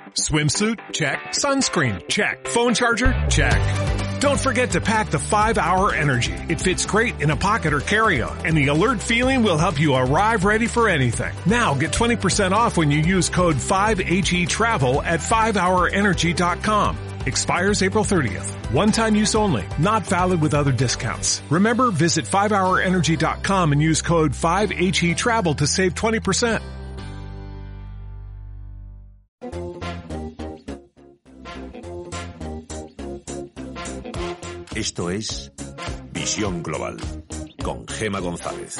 Swimsuit? Check. Sunscreen? Check. Phone charger? Check. Don't forget to pack the 5-Hour Energy. It fits great in a pocket or carry-on, and the alert feeling will help you arrive ready for anything. Now get 20% off when you use code 5HETRAVEL at 5hourenergy.com. Expires April 30th. One-time use only. Not valid with other discounts. Remember, visit 5hourenergy.com and use code 5HETRAVEL to save 20%. Esto es Visión Global, con Gema González.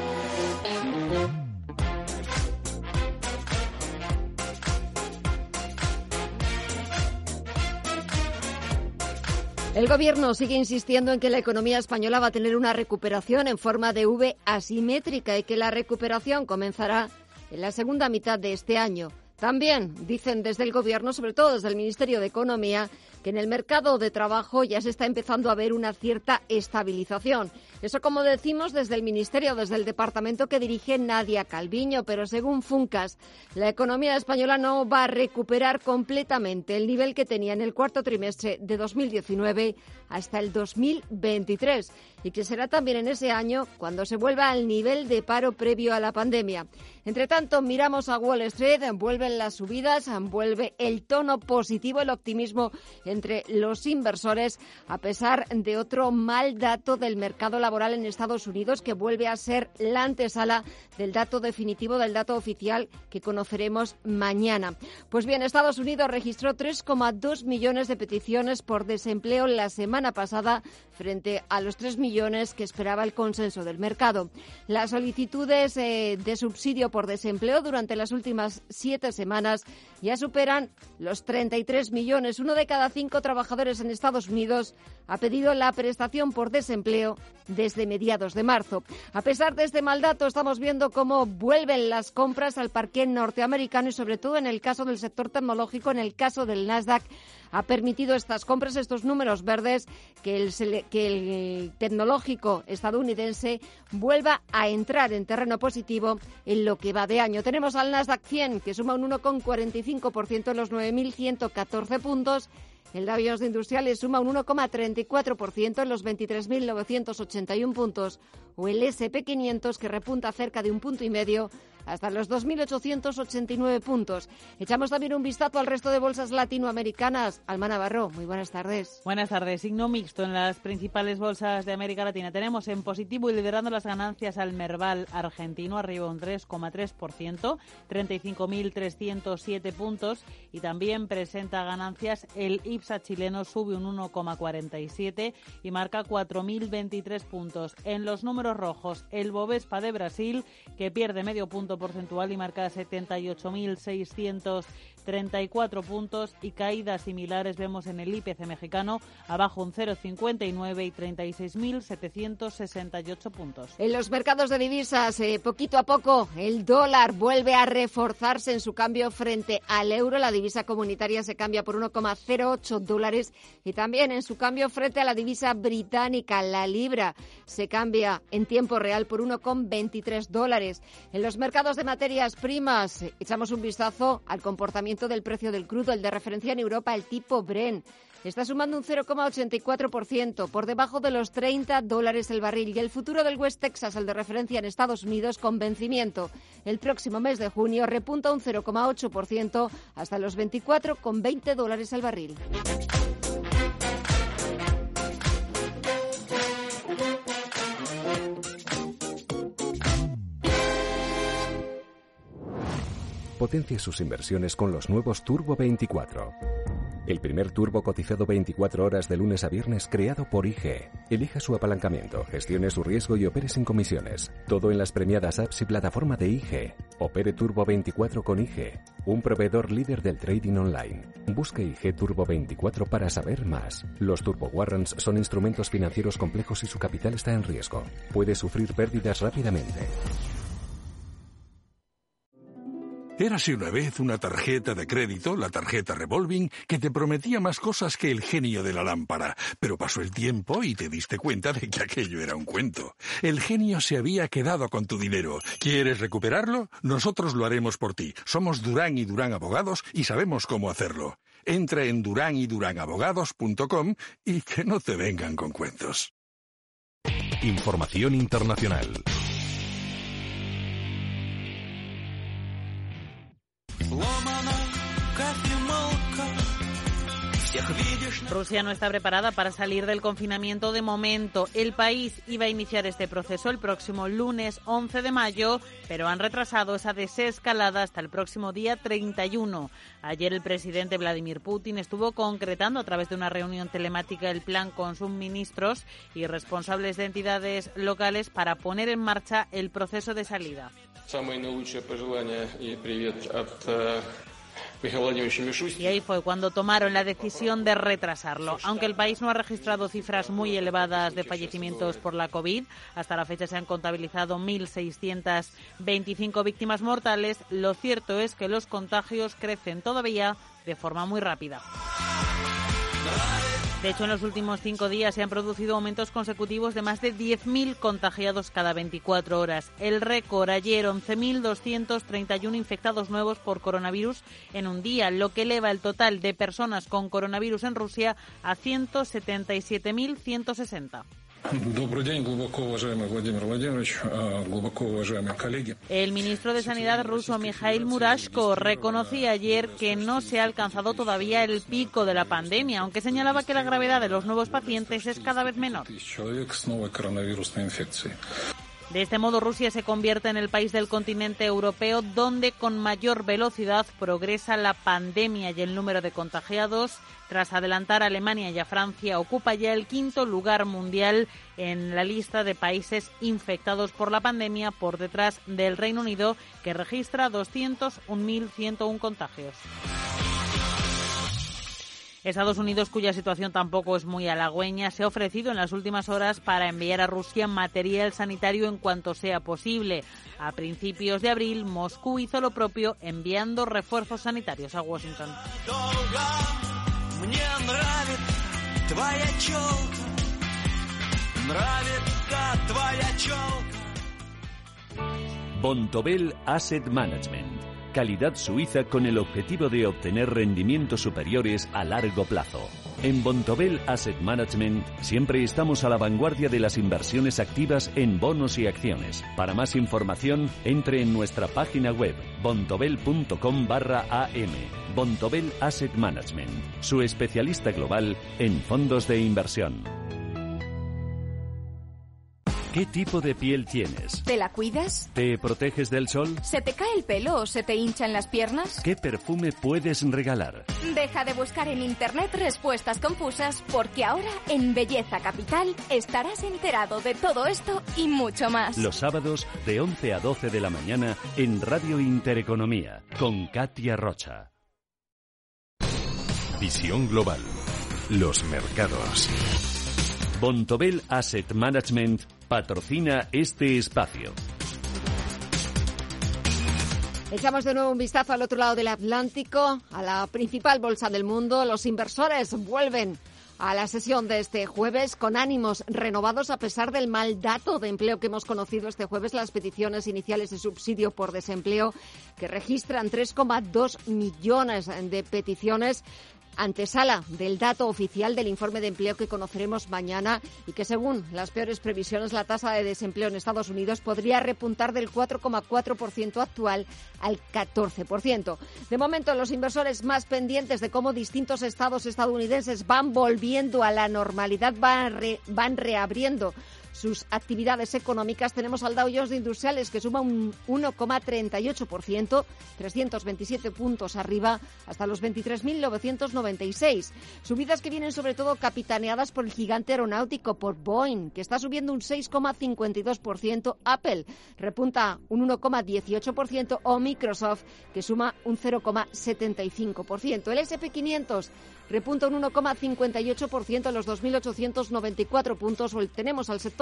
El Gobierno sigue insistiendo en que la economía española va a tener una recuperación en forma de V asimétrica y que la recuperación comenzará en la segunda mitad de este año. También dicen desde el Gobierno, sobre todo desde el Ministerio de Economía, que en el mercado de trabajo ya se está empezando a ver una cierta estabilización. Eso, como decimos, desde el Ministerio, desde el departamento que dirige Nadia Calviño, pero según Funcas, la economía española no va a recuperar completamente el nivel que tenía en el cuarto trimestre de 2019 hasta el 2023 y que será también en ese año cuando se vuelva al nivel de paro previo a la pandemia. Entre tanto, miramos a Wall Street, vuelven las subidas, vuelve el tono positivo, el optimismo entre los inversores, a pesar de otro mal dato del mercado laboral en Estados Unidos, que vuelve a ser la antesala del dato definitivo, del dato oficial que conoceremos mañana. Pues bien, Estados Unidos registró 3,2 millones de peticiones por desempleo la semana pasada, frente a los 3 millones que esperaba el consenso del mercado. Las solicitudes de subsidio por desempleo durante las últimas 7 semanas ya superan los 33 millones. 1 de cada 5 trabajadores en Estados Unidos ha pedido la prestación por desempleo desde mediados de marzo. A pesar de este mal dato, estamos viendo cómo vuelven las compras al parqué norteamericano y, sobre todo, en el caso del sector tecnológico, en el caso del Nasdaq, ha permitido estas compras, estos números verdes, que el tecnológico estadounidense vuelva a entrar en terreno positivo en lo que va de año. Tenemos al Nasdaq 100, que suma un 1,45% en los 9.114 puntos. El Dow Jones de Industriales suma un 1,34% en los 23.981 puntos, o el S&P 500, que repunta cerca de 1,5 puntos hasta los 2.889 puntos. Echamos también un vistazo al resto de bolsas latinoamericanas. Alma Navarro, muy buenas tardes. Buenas tardes. Signo mixto en las principales bolsas de América Latina. Tenemos en positivo y liderando las ganancias al Merval argentino, arriba un 3,3%, 35.307 puntos. Y también presenta ganancias el IPSA chileno, sube un 1,47 y marca 4.023 puntos. En los números rojos, el Bovespa de Brasil, que pierde medio punto porcentual y marca 78.634 puntos, y caídas similares vemos en el IPC mexicano, abajo un 0,59 y 36.768 puntos. En los mercados de divisas, poquito a poco, el dólar vuelve a reforzarse en su cambio frente al euro. La divisa comunitaria se cambia por 1,08 dólares y también en su cambio frente a la divisa británica, la libra, se cambia en tiempo real por 1,23 dólares. En los mercados de materias primas, echamos un vistazo al comportamiento del precio del crudo, el de referencia en Europa, el tipo Brent. Está sumando un 0,84%, por debajo de los $30 el barril. Y el futuro del West Texas, el de referencia en Estados Unidos, con vencimiento el próximo mes de junio, repunta un 0,8% hasta los $24,20 el barril. Potencie sus inversiones con los nuevos Turbo 24. El primer turbo cotizado 24 horas de lunes a viernes creado por IG. Elija su apalancamiento, gestione su riesgo y opere sin comisiones. Todo en las premiadas apps y plataforma de IG. Opere Turbo 24 con IG, un proveedor líder del trading online. Busque IG Turbo 24 para saber más. Los Turbo Warrants son instrumentos financieros complejos y su capital está en riesgo. Puede sufrir pérdidas rápidamente. Érase una vez una tarjeta de crédito, la tarjeta revolving, que te prometía más cosas que el genio de la lámpara. Pero pasó el tiempo y te diste cuenta de que aquello era un cuento. El genio se había quedado con tu dinero. ¿Quieres recuperarlo? Nosotros lo haremos por ti. Somos Durán y Durán Abogados y sabemos cómo hacerlo. Entra en duranyduranAbogados.com y que no te vengan con cuentos. Información internacional. Rusia no está preparada para salir del confinamiento de momento. El país iba a iniciar este proceso el próximo lunes 11 de mayo, pero han retrasado esa desescalada hasta el próximo día 31. Ayer el presidente Vladimir Putin estuvo concretando a través de una reunión telemática el plan con sus ministros y responsables de entidades locales para poner en marcha el proceso de salida. Y ahí fue cuando tomaron la decisión de retrasarlo. Aunque el país no ha registrado cifras muy elevadas de fallecimientos por la COVID, hasta la fecha se han contabilizado 1.625 víctimas mortales, lo cierto es que los contagios crecen todavía de forma muy rápida. De hecho, en los últimos 5 días se han producido aumentos consecutivos de más de 10.000 contagiados cada 24 horas. El récord ayer, 11.231 infectados nuevos por coronavirus en un día, lo que eleva el total de personas con coronavirus en Rusia a 177.160. El ministro de Sanidad ruso, Mikhail Murashko, reconocía ayer que no se ha alcanzado todavía el pico de la pandemia, aunque señalaba que la gravedad de los nuevos pacientes es cada vez menor. De este modo, Rusia se convierte en el país del continente europeo donde con mayor velocidad progresa la pandemia y el número de contagiados. Tras adelantar a Alemania y a Francia, ocupa ya el 5º lugar mundial en la lista de países infectados por la pandemia, por detrás del Reino Unido, que registra 201.101 contagios. Estados Unidos, cuya situación tampoco es muy halagüeña, se ha ofrecido en las últimas horas para enviar a Rusia material sanitario en cuanto sea posible. A principios de abril, Moscú hizo lo propio, enviando refuerzos sanitarios a Washington. Bontobel Asset Management. Calidad suiza con el objetivo de obtener rendimientos superiores a largo plazo. En Bontobel Asset Management siempre estamos a la vanguardia de las inversiones activas en bonos y acciones. Para más información, entre en nuestra página web bontobel.com/am. Bontobel Asset Management, su especialista global en fondos de inversión. ¿Qué tipo de piel tienes? ¿Te la cuidas? ¿Te proteges del sol? ¿Se te cae el pelo o se te hinchan las piernas? ¿Qué perfume puedes regalar? Deja de buscar en internet respuestas confusas, porque ahora en Belleza Capital estarás enterado de todo esto y mucho más. Los sábados de 11 a 12 de la mañana en Radio Intereconomía con Katia Rocha. Visión global. Los mercados. Bontobel Asset Management patrocina este espacio. Echamos de nuevo un vistazo al otro lado del Atlántico, a la principal bolsa del mundo. Los inversores vuelven a la sesión de este jueves con ánimos renovados a pesar del mal dato de empleo que hemos conocido este jueves. Las peticiones iniciales de subsidio por desempleo, que registran 3,2 millones de peticiones, antesala del dato oficial del informe de empleo que conoceremos mañana y que, según las peores previsiones, la tasa de desempleo en Estados Unidos podría repuntar del 4,4% actual al 14%. De momento, los inversores más pendientes de cómo distintos estados estadounidenses van volviendo a la normalidad, van reabriendo sus actividades económicas. Tenemos al Dow Jones de Industriales, que suma un 1,38%, 327 puntos arriba, hasta los 23.996. Subidas que vienen sobre todo capitaneadas por el gigante aeronáutico, por Boeing, que está subiendo un 6,52%. Apple repunta un 1,18%, o Microsoft, que suma un 0,75%. El S&P 500 repunta un 1,58% a los 2.894 puntos. Tenemos al sector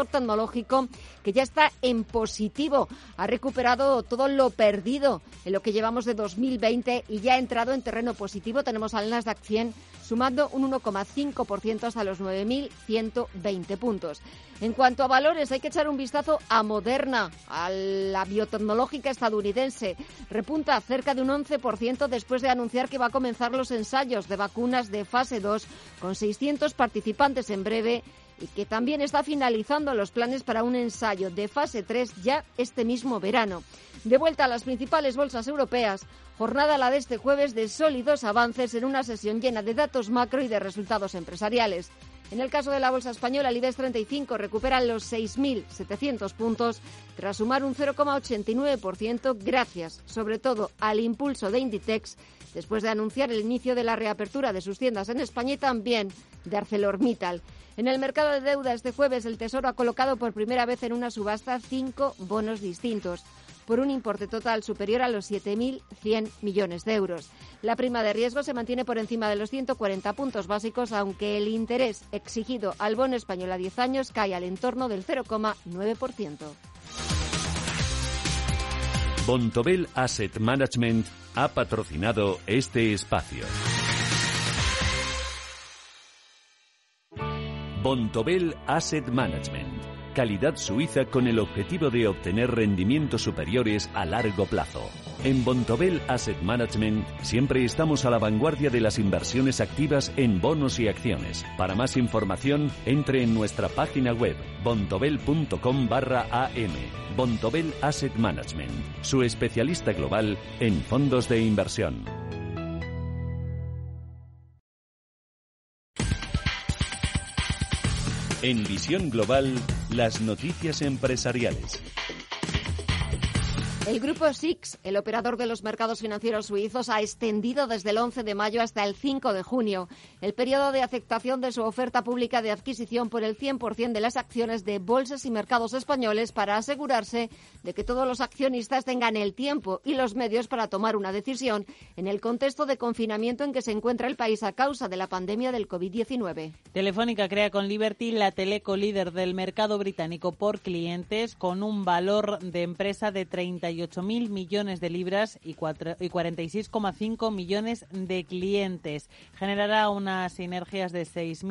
sector tecnológico que ya está en positivo. Ha recuperado todo lo perdido en lo que llevamos de 2020 y ya ha entrado en terreno positivo. Tenemos al Nasdaq 100 sumando un 1,5% hasta los 9.120 puntos. En cuanto a valores, hay que echar un vistazo a Moderna, a la biotecnológica estadounidense. Repunta cerca de un 11% después de anunciar que va a comenzar los ensayos de vacunas de fase 2 con 600 participantes en breve y que también está finalizando los planes para un ensayo de fase 3 ya este mismo verano. De vuelta a las principales bolsas europeas, jornada la de este jueves de sólidos avances en una sesión llena de datos macro y de resultados empresariales. En el caso de la bolsa española, el IBEX 35 recupera los 6.700 puntos tras sumar un 0,89% gracias, sobre todo, al impulso de Inditex después de anunciar el inicio de la reapertura de sus tiendas en España y también de ArcelorMittal. En el mercado de deuda este jueves, el Tesoro ha colocado por primera vez en una subasta 5 bonos distintos, por un importe total superior a los 7.100 millones de euros. La prima de riesgo se mantiene por encima de los 140 puntos básicos, aunque el interés exigido al bono español a 10 años cae al entorno del 0,9%. Bontobel Asset Management ha patrocinado este espacio. Bontobel Asset Management. Calidad suiza con el objetivo de obtener rendimientos superiores a largo plazo. En Bontobel Asset Management siempre estamos a la vanguardia de las inversiones activas en bonos y acciones. Para más información, entre en nuestra página web bontobel.com/am. Bontobel Asset Management, su especialista global en fondos de inversión. En Visión Global, las noticias empresariales. El grupo SIX, el operador de los mercados financieros suizos, ha extendido desde el 11 de mayo hasta el 5 de junio el periodo de aceptación de su oferta pública de adquisición por el 100% de las acciones de bolsas y mercados españoles para asegurarse de que todos los accionistas tengan el tiempo y los medios para tomar una decisión en el contexto de confinamiento en que se encuentra el país a causa de la pandemia del COVID-19. Telefónica crea con Liberty la teleco líder del mercado británico por clientes con un valor de empresa de 38.000 millones de libras y 46,5 millones de clientes. Generará unas sinergias de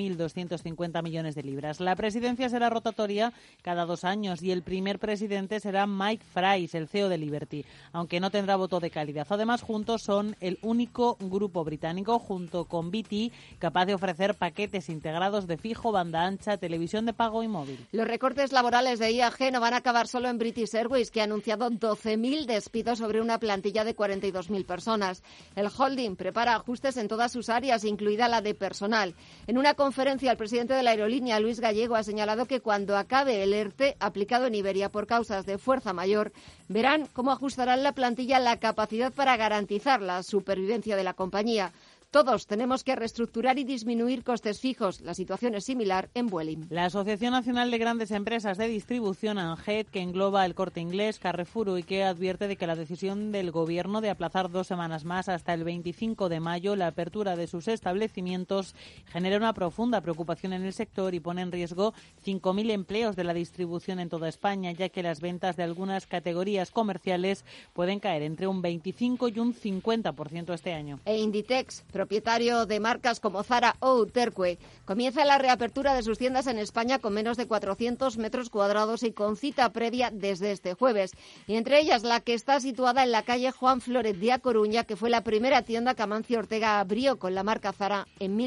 6.250 millones de libras. La presidencia será rotatoria cada 2 años y el primer presidente será Mike Fries, el CEO de Liberty, aunque no tendrá voto de calidad. Además, juntos son el único grupo británico, junto con BT, capaz de ofrecer paquetes integrados de fijo, banda ancha, televisión de pago y móvil. Los recortes laborales de IAG no van a acabar solo en British Airways, que ha anunciado 12.000 despidos sobre una plantilla de 42.000 personas. El holding prepara ajustes en todas sus áreas, incluida la de personal. En una conferencia, el presidente de la aerolínea, Luis Gallego, ha señalado que cuando acabe el ERTE aplicado en Iberia por causas de fuerza mayor, verán cómo ajustarán la plantilla la capacidad para garantizar la supervivencia de la compañía. Todos tenemos que reestructurar y disminuir costes fijos. La situación es similar en Vueling. La Asociación Nacional de Grandes Empresas de Distribución, ANGED, que engloba el Corte Inglés, Carrefour y IKEA, advierte de que la decisión del Gobierno de aplazar 2 semanas más hasta el 25 de mayo la apertura de sus establecimientos genera una profunda preocupación en el sector y pone en riesgo 5.000 empleos de la distribución en toda España, ya que las ventas de algunas categorías comerciales pueden caer entre un 25 y un 50% este año. E Inditex, propietario de marcas como Zara o Uterque, comienza la reapertura de sus tiendas en España con menos de 400 metros cuadrados y con cita previa desde este jueves. Y entre ellas la que está situada en la calle Juan Flórez de A Coruña, que fue la primera tienda que Amancio Ortega abrió con la marca Zara en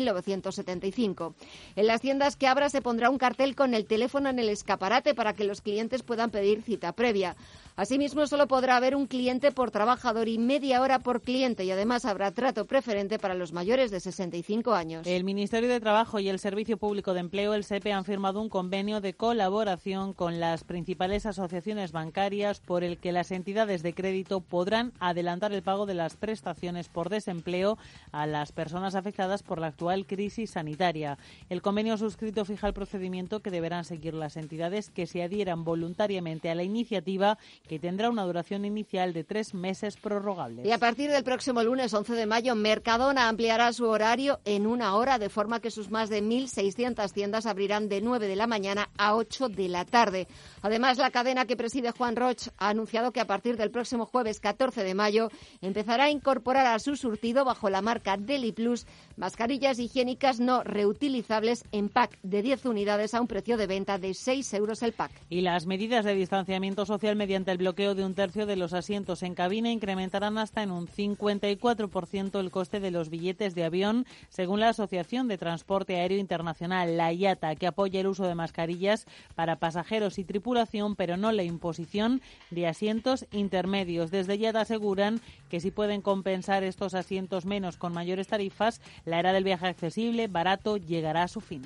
1975. En las tiendas que abra se pondrá un cartel con el teléfono en el escaparate para que los clientes puedan pedir cita previa. Asimismo, solo podrá haber un cliente por trabajador y media hora por cliente, y además habrá trato preferente para los mayores de 65 años. El Ministerio de Trabajo y el Servicio Público de Empleo, el SEPE, han firmado un convenio de colaboración con las principales asociaciones bancarias por el que las entidades de crédito podrán adelantar el pago de las prestaciones por desempleo a las personas afectadas por la actual crisis sanitaria. El convenio suscrito fija el procedimiento que deberán seguir las entidades que se adhieran voluntariamente a la iniciativa, que tendrá una duración inicial de 3 meses prorrogables. Y a partir del próximo lunes 11 de mayo, Mercadona ampliará su horario en 1 hora, de forma que sus más de 1.600 tiendas abrirán de 9 de la mañana a 8 de la tarde. Además, la cadena que preside Juan Roch ha anunciado que a partir del próximo jueves 14 de mayo empezará a incorporar a su surtido, bajo la marca Deli Plus, mascarillas higiénicas no reutilizables en pack de 10 unidades a un precio de venta de 6 euros el pack. Y las medidas de distanciamiento social mediante el bloqueo de 1/3 de los asientos en cabina incrementarán hasta en un 54% el coste de los billetes de avión, según la Asociación de Transporte Aéreo Internacional, la IATA, que apoya el uso de mascarillas para pasajeros y tripulación, pero no la imposición de asientos intermedios. Desde IATA aseguran que si pueden compensar estos asientos menos con mayores tarifas, la era del viaje accesible, barato, llegará a su fin.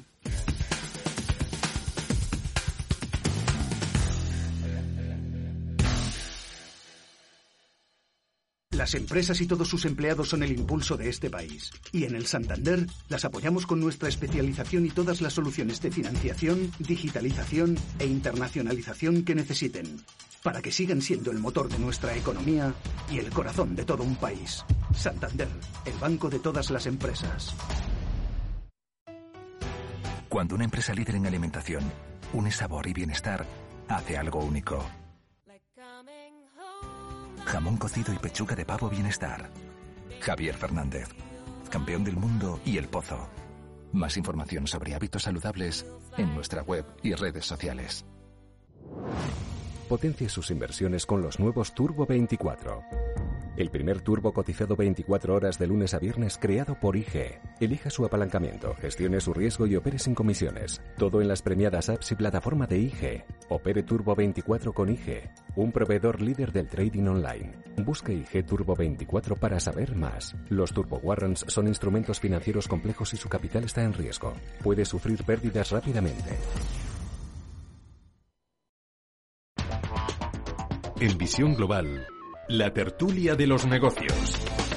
Las empresas y todos sus empleados son el impulso de este país. Y en el Santander las apoyamos con nuestra especialización y todas las soluciones de financiación, digitalización e internacionalización que necesiten, para que sigan siendo el motor de nuestra economía y el corazón de todo un país. Santander, el banco de todas las empresas. Cuando una empresa líder en alimentación une sabor y bienestar, hace algo único. Jamón cocido y pechuga de pavo Bienestar. Javier Fernández, campeón del mundo y El Pozo. Más información sobre hábitos saludables en nuestra web y redes sociales. Potencie sus inversiones con los nuevos Turbo 24. El primer turbo cotizado 24 horas de lunes a viernes creado por IG. Elija su apalancamiento, gestione su riesgo y opere sin comisiones. Todo en las premiadas apps y plataforma de IG. Opere Turbo 24 con IG, un proveedor líder del trading online. Busque IG Turbo 24 para saber más. Los Turbo Warrants son instrumentos financieros complejos y su capital está en riesgo. Puede sufrir pérdidas rápidamente. En Visión Global, la tertulia de los negocios.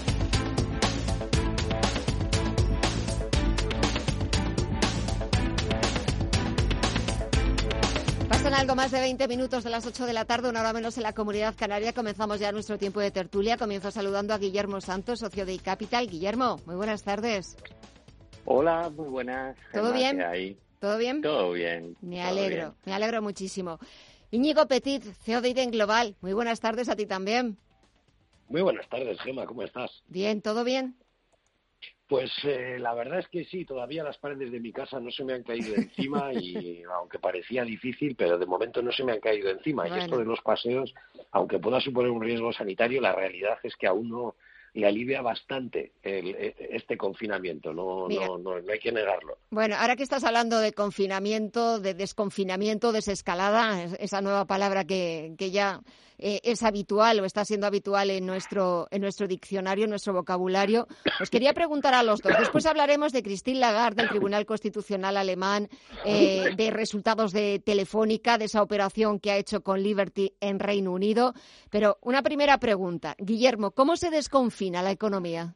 Pasan algo más de 20 minutos de las 8 de la tarde, una hora menos en la Comunidad Canaria. Comenzamos ya nuestro tiempo de tertulia. Comienzo saludando a Guillermo Santos, socio de iCapital. Guillermo, muy buenas tardes. Hola, muy buenas. ¿Todo bien? ¿Qué hay? ¿Todo bien? Todo bien. Me todo alegro, bien. me alegro muchísimo. Íñigo Petit, CEO de IDEN Global. Muy buenas tardes a ti también. Muy buenas tardes, Gema, ¿cómo estás? Bien, ¿todo bien? Pues la verdad es que sí, todavía las paredes de mi casa no se me han caído encima y aunque parecía difícil, pero de momento no se me han caído encima. Bueno. Y esto de los paseos, aunque pueda suponer un riesgo sanitario, la realidad es que a uno le alivia bastante este confinamiento, no hay que negarlo. Bueno, ahora que estás hablando de confinamiento, de desconfinamiento, desescalada, esa nueva palabra que ya es habitual o está siendo habitual en nuestro diccionario, en nuestro vocabulario, os quería preguntar a los dos. Después hablaremos de Christine Lagarde, del Tribunal Constitucional alemán, de resultados de Telefónica, de esa operación que ha hecho con Liberty en Reino Unido. Pero una primera pregunta. Guillermo, ¿cómo se desconfina la economía?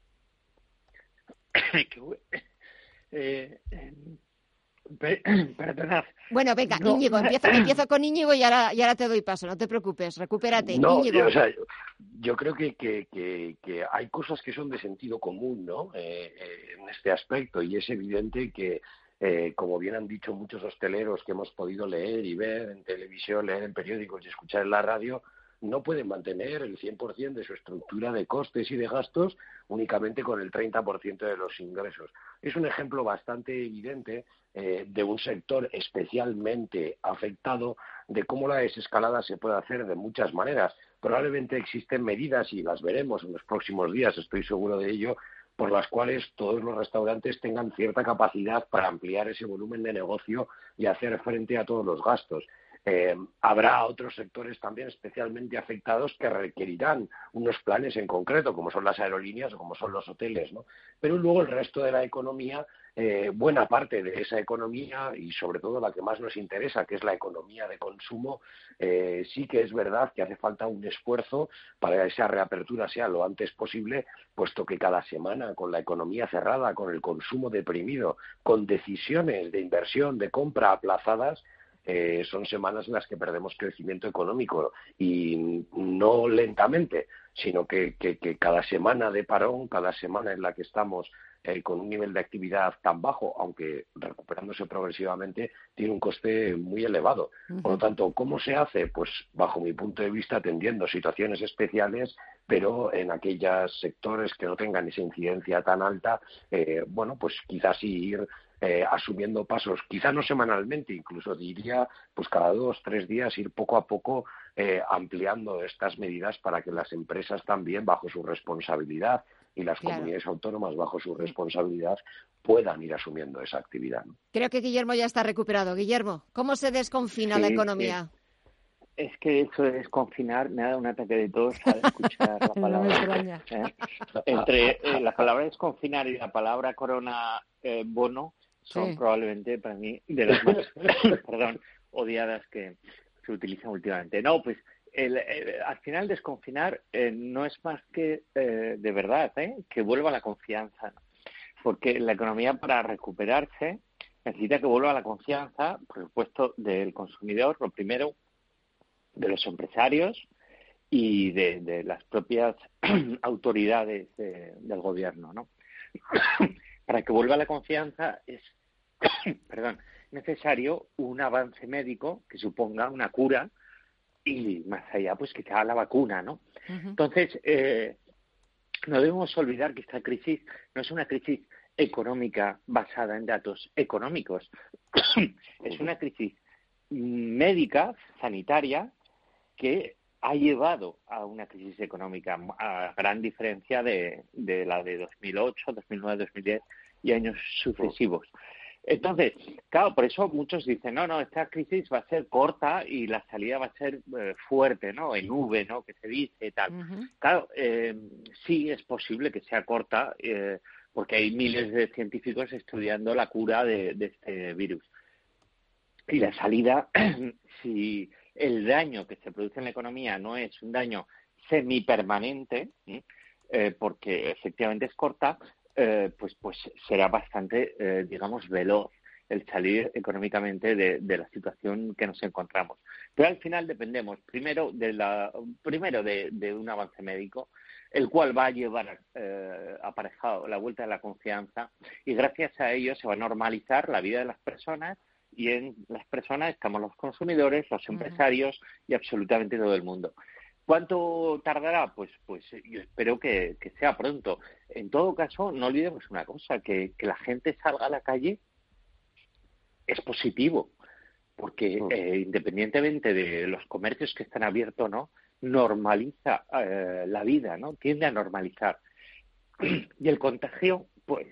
Perdonad. Bueno, venga, No. Íñigo, empiezo con Íñigo y ahora te doy paso, no te preocupes, recupérate. No, Íñigo. yo creo que hay cosas que son de sentido común, ¿no? En este aspecto, y es evidente que, como bien han dicho muchos hosteleros que hemos podido leer y ver en televisión, leer en periódicos y escuchar en la radio, no pueden mantener el 100% de su estructura de costes y de gastos únicamente con el 30% de los ingresos. Es un ejemplo bastante evidente de un sector especialmente afectado, de cómo la desescalada se puede hacer de muchas maneras. Probablemente existen medidas, y las veremos en los próximos días, estoy seguro de ello, por las cuales todos los restaurantes tengan cierta capacidad para ampliar ese volumen de negocio y hacer frente a todos los gastos. Habrá otros sectores también especialmente afectados que requerirán unos planes en concreto, como son las aerolíneas o como son los hoteles, ¿no? Pero luego el resto de la economía, buena parte de esa economía y sobre todo la que más nos interesa, que es la economía de consumo, sí que es verdad que hace falta un esfuerzo para que esa reapertura sea lo antes posible, puesto que cada semana con la economía cerrada, con el consumo deprimido, con decisiones de inversión, de compra aplazadas, son semanas en las que perdemos crecimiento económico y no lentamente, sino que cada semana de parón, cada semana en la que estamos con un nivel de actividad tan bajo, aunque recuperándose progresivamente, tiene un coste muy elevado. Por lo tanto, ¿cómo se hace? Pues bajo mi punto de vista, atendiendo situaciones especiales, pero en aquellos sectores que no tengan esa incidencia tan alta, pues quizás ir asumiendo pasos, quizás no semanalmente, incluso diría, pues cada 2 o 3 días ir poco a poco ampliando estas medidas para que las empresas también, bajo su responsabilidad, y las comunidades autónomas, bajo su responsabilidad, puedan ir asumiendo esa actividad, ¿no? Creo que Guillermo ya está recuperado. Guillermo, ¿cómo se desconfina la economía? Es que eso de desconfinar me ha dado un ataque de tos al escuchar la palabra. No me extraña. Entre la palabra desconfinar y la palabra corona bono son probablemente para mí de las más odiadas que se utilizan últimamente. No, pues al final desconfinar no es más que de verdad que vuelva la confianza, ¿no? Porque la economía, para recuperarse, necesita que vuelva la confianza, por supuesto, del consumidor, lo primero, de los empresarios y de las propias autoridades del gobierno, ¿no? Para que vuelva la confianza es necesario un avance médico que suponga una cura y más allá, pues quizá la vacuna, ¿no? Entonces, no debemos olvidar que esta crisis no es una crisis económica basada en datos económicos, es una crisis médica, sanitaria, que ha llevado a una crisis económica, a gran diferencia de la de 2008, 2009, 2010 y años sucesivos. Entonces, claro, por eso muchos dicen, no, esta crisis va a ser corta y la salida va a ser fuerte, ¿no? En V, ¿no? Que se dice y tal. Claro, sí es posible que sea corta, porque hay miles de científicos estudiando la cura de este virus. Y la salida, si el daño que se produce en la economía no es un daño semipermanente, porque efectivamente es corta, pues será bastante, veloz el salir económicamente de la situación que nos encontramos. Pero al final dependemos primero de un avance médico, el cual va a llevar aparejado la vuelta de la confianza, y gracias a ello se va a normalizar la vida de las personas, y en las personas estamos los consumidores, los empresarios y absolutamente todo el mundo. ¿Cuánto tardará? Pues yo espero que sea pronto. En todo caso, no olvidemos una cosa, que la gente salga a la calle es positivo, porque independientemente de los comercios que están abiertos, ¿no?, normaliza la vida, ¿no?, tiende a normalizar. Y el contagio, pues,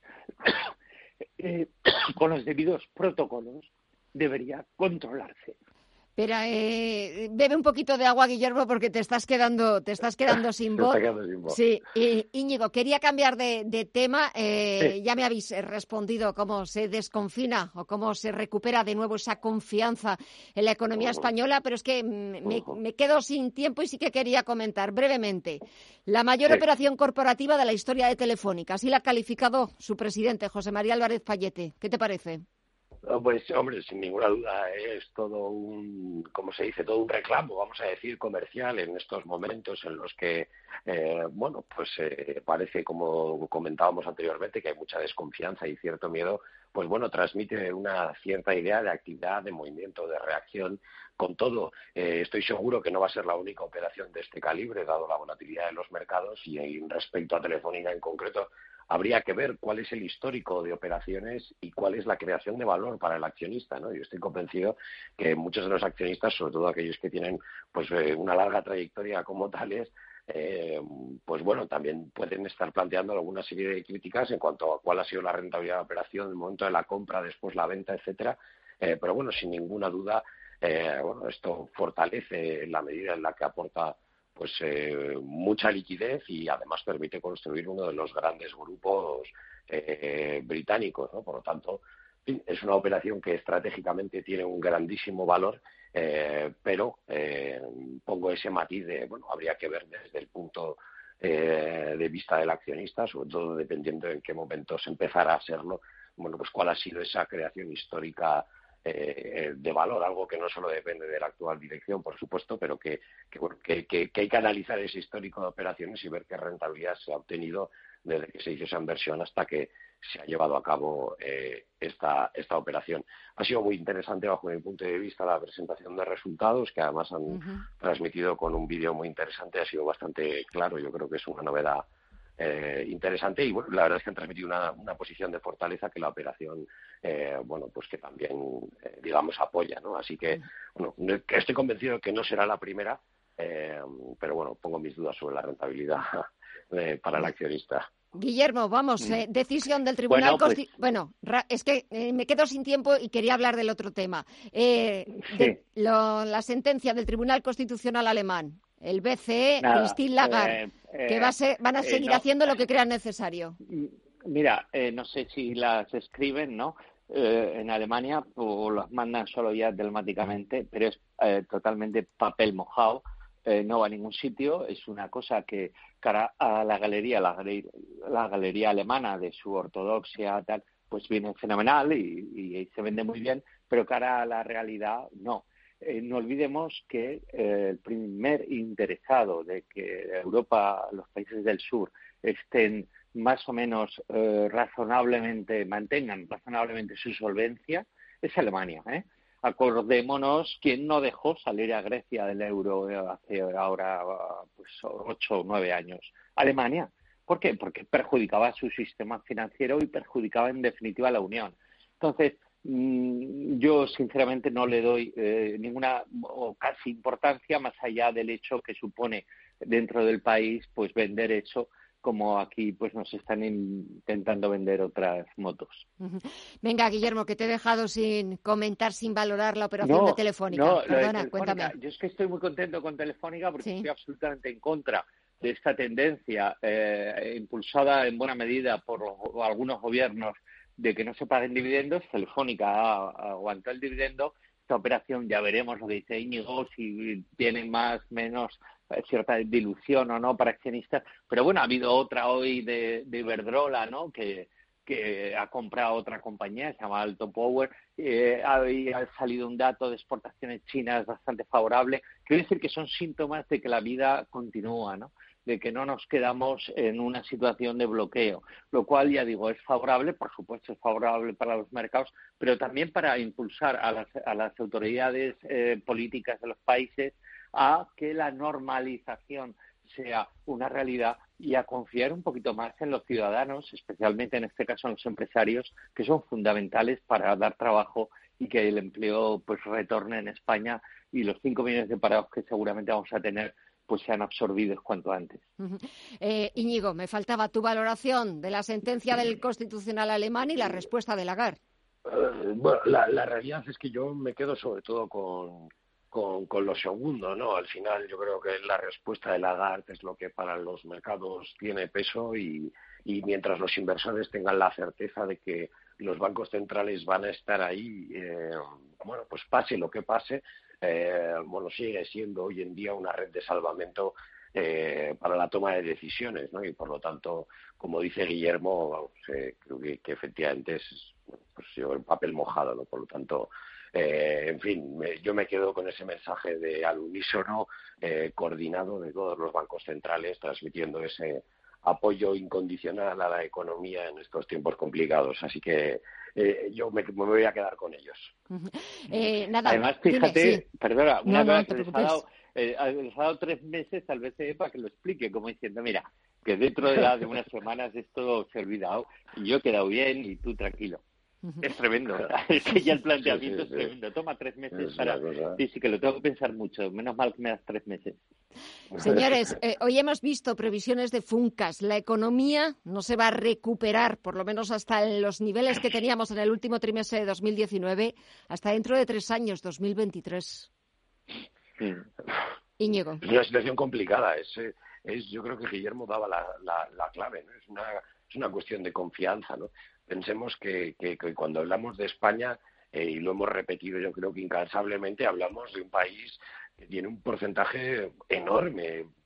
con los debidos protocolos, debería controlarse. Espera, bebe un poquito de agua, Guillermo, porque te estás quedando sin voz. Sí, Íñigo, quería cambiar de tema. Ya me habéis respondido cómo se desconfina o cómo se recupera de nuevo esa confianza en la economía española, pero es que me quedo sin tiempo y sí que quería comentar brevemente. La mayor operación corporativa de la historia de Telefónica, así la ha calificado su presidente, José María Álvarez Pallete. ¿Qué te parece? Pues, hombre, sin ninguna duda es todo un, ¿cómo se dice?, todo un reclamo, vamos a decir, comercial en estos momentos en los que, parece, como comentábamos anteriormente, que hay mucha desconfianza y cierto miedo. Pues bueno, transmite una cierta idea de actividad, de movimiento, de reacción. Con todo, estoy seguro que no va a ser la única operación de este calibre, dado la volatilidad de los mercados, y respecto a Telefónica en concreto, habría que ver cuál es el histórico de operaciones y cuál es la creación de valor para el accionista, ¿no? Yo estoy convencido que muchos de los accionistas, sobre todo aquellos que tienen una larga trayectoria como tales, también pueden estar planteando alguna serie de críticas en cuanto a cuál ha sido la rentabilidad de la operación, el momento de la compra, después la venta, etcétera. Pero bueno, sin ninguna duda, esto fortalece la medida en la que aporta mucha liquidez y además permite construir uno de los grandes grupos británicos, ¿no? Por lo tanto, es una operación que estratégicamente tiene un grandísimo valor, pero pongo ese matiz de, habría que ver desde el punto de vista del accionista, sobre todo dependiendo en qué momentos empezará a serlo, cuál ha sido esa creación histórica de valor, algo que no solo depende de la actual dirección, por supuesto, pero que hay que analizar ese histórico de operaciones y ver qué rentabilidad se ha obtenido desde que se hizo esa inversión hasta que se ha llevado a cabo esta operación. Ha sido muy interesante bajo mi punto de vista la presentación de resultados, que además han transmitido con un vídeo muy interesante, ha sido bastante claro, yo creo que es una novedad interesante y bueno, la verdad es que han transmitido una posición de fortaleza que la operación pues que también digamos apoya, ¿no? Así que bueno, estoy convencido de que no será la primera, pero bueno, pongo mis dudas sobre la rentabilidad para el accionista. Guillermo, vamos, decisión del Tribunal Constitucional. Es que me quedo sin tiempo y quería hablar del otro tema. La sentencia del Tribunal Constitucional alemán, el BCE, Christine Lagarde, que van a seguir haciendo lo que crean necesario. Mira, no sé si las escriben, ¿no? En Alemania o las mandan solo ya telemáticamente, pero es totalmente papel mojado. No va a ningún sitio, es una cosa que cara a la galería alemana de su ortodoxia tal, pues viene fenomenal y se vende muy bien, pero cara a la realidad no. No olvidemos que el primer interesado de que Europa, los países del sur, estén más o menos mantengan razonablemente su solvencia, es Alemania, Acordémonos quién no dejó salir a Grecia del euro hace ahora pues 8 o 9 años. Alemania. ¿Por qué? Porque perjudicaba su sistema financiero y perjudicaba en definitiva a la Unión. Entonces, yo sinceramente no le doy ninguna o casi importancia más allá del hecho que supone dentro del país pues vender eso, como aquí pues nos están intentando vender otras motos. Venga, Guillermo, que te he dejado sin comentar, sin valorar la operación de Telefónica. Perdona, cuéntame. Yo es que estoy muy contento con Telefónica porque estoy absolutamente en contra de esta tendencia impulsada en buena medida por algunos gobiernos de que no se paguen dividendos. Telefónica aguantó el dividendo. Esta operación ya veremos lo que dice Íñigo, si tiene más, menos cierta dilución o no para accionistas, pero bueno, ha habido otra hoy de Iberdrola, ¿no? que ha comprado otra compañía, se llama Alto Power, ha salido un dato de exportaciones chinas bastante favorable. Quiero decir que son síntomas de que la vida continúa, ¿no? De que no nos quedamos en una situación de bloqueo, lo cual, ya digo, es favorable, por supuesto es favorable para los mercados, pero también para impulsar a las autoridades políticas de los países a que la normalización sea una realidad y a confiar un poquito más en los ciudadanos, especialmente en este caso en los empresarios, que son fundamentales para dar trabajo y que el empleo pues retorne en España y los 5 millones de parados que seguramente vamos a tener pues sean absorbidos cuanto antes. Íñigo, me faltaba tu valoración de la sentencia del Constitucional alemán y la respuesta de Lagarde. Bueno, la realidad es que yo me quedo sobre todo con lo segundo, ¿no? Al final yo creo que la respuesta de Lagarde es lo que para los mercados tiene peso y mientras los inversores tengan la certeza de que los bancos centrales van a estar ahí, pues pase lo que pase, sigue siendo hoy en día una red de salvamento para la toma de decisiones, ¿no? Y por lo tanto, como dice Guillermo, creo que efectivamente es el papel mojado, ¿no? Por lo tanto, en fin, yo me quedo con ese mensaje de al unísono coordinado de todos los bancos centrales transmitiendo ese apoyo incondicional a la economía en estos tiempos complicados. Así que yo me voy a quedar con ellos. Nada, además, fíjate, perdona, vez que les ha dado 3 meses al BCE para que lo explique, como diciendo, mira, que dentro de unas semanas esto se ha olvidado y yo he quedado bien y tú tranquilo. Es tremendo, es que ya el planteamiento es tremendo. Toma 3 meses para... Sí, que lo tengo que pensar mucho. Menos mal que me das 3 meses. Señores, hoy hemos visto previsiones de Funcas. La economía no se va a recuperar, por lo menos hasta los niveles que teníamos en el último trimestre de 2019, hasta dentro de 3 años, 2023. Íñigo. Es una situación complicada. Yo creo que Guillermo daba la clave, ¿no? Es una cuestión de confianza, ¿no? Pensemos que cuando hablamos de España, y lo hemos repetido yo creo que incansablemente, hablamos de un país que tiene un porcentaje enorme,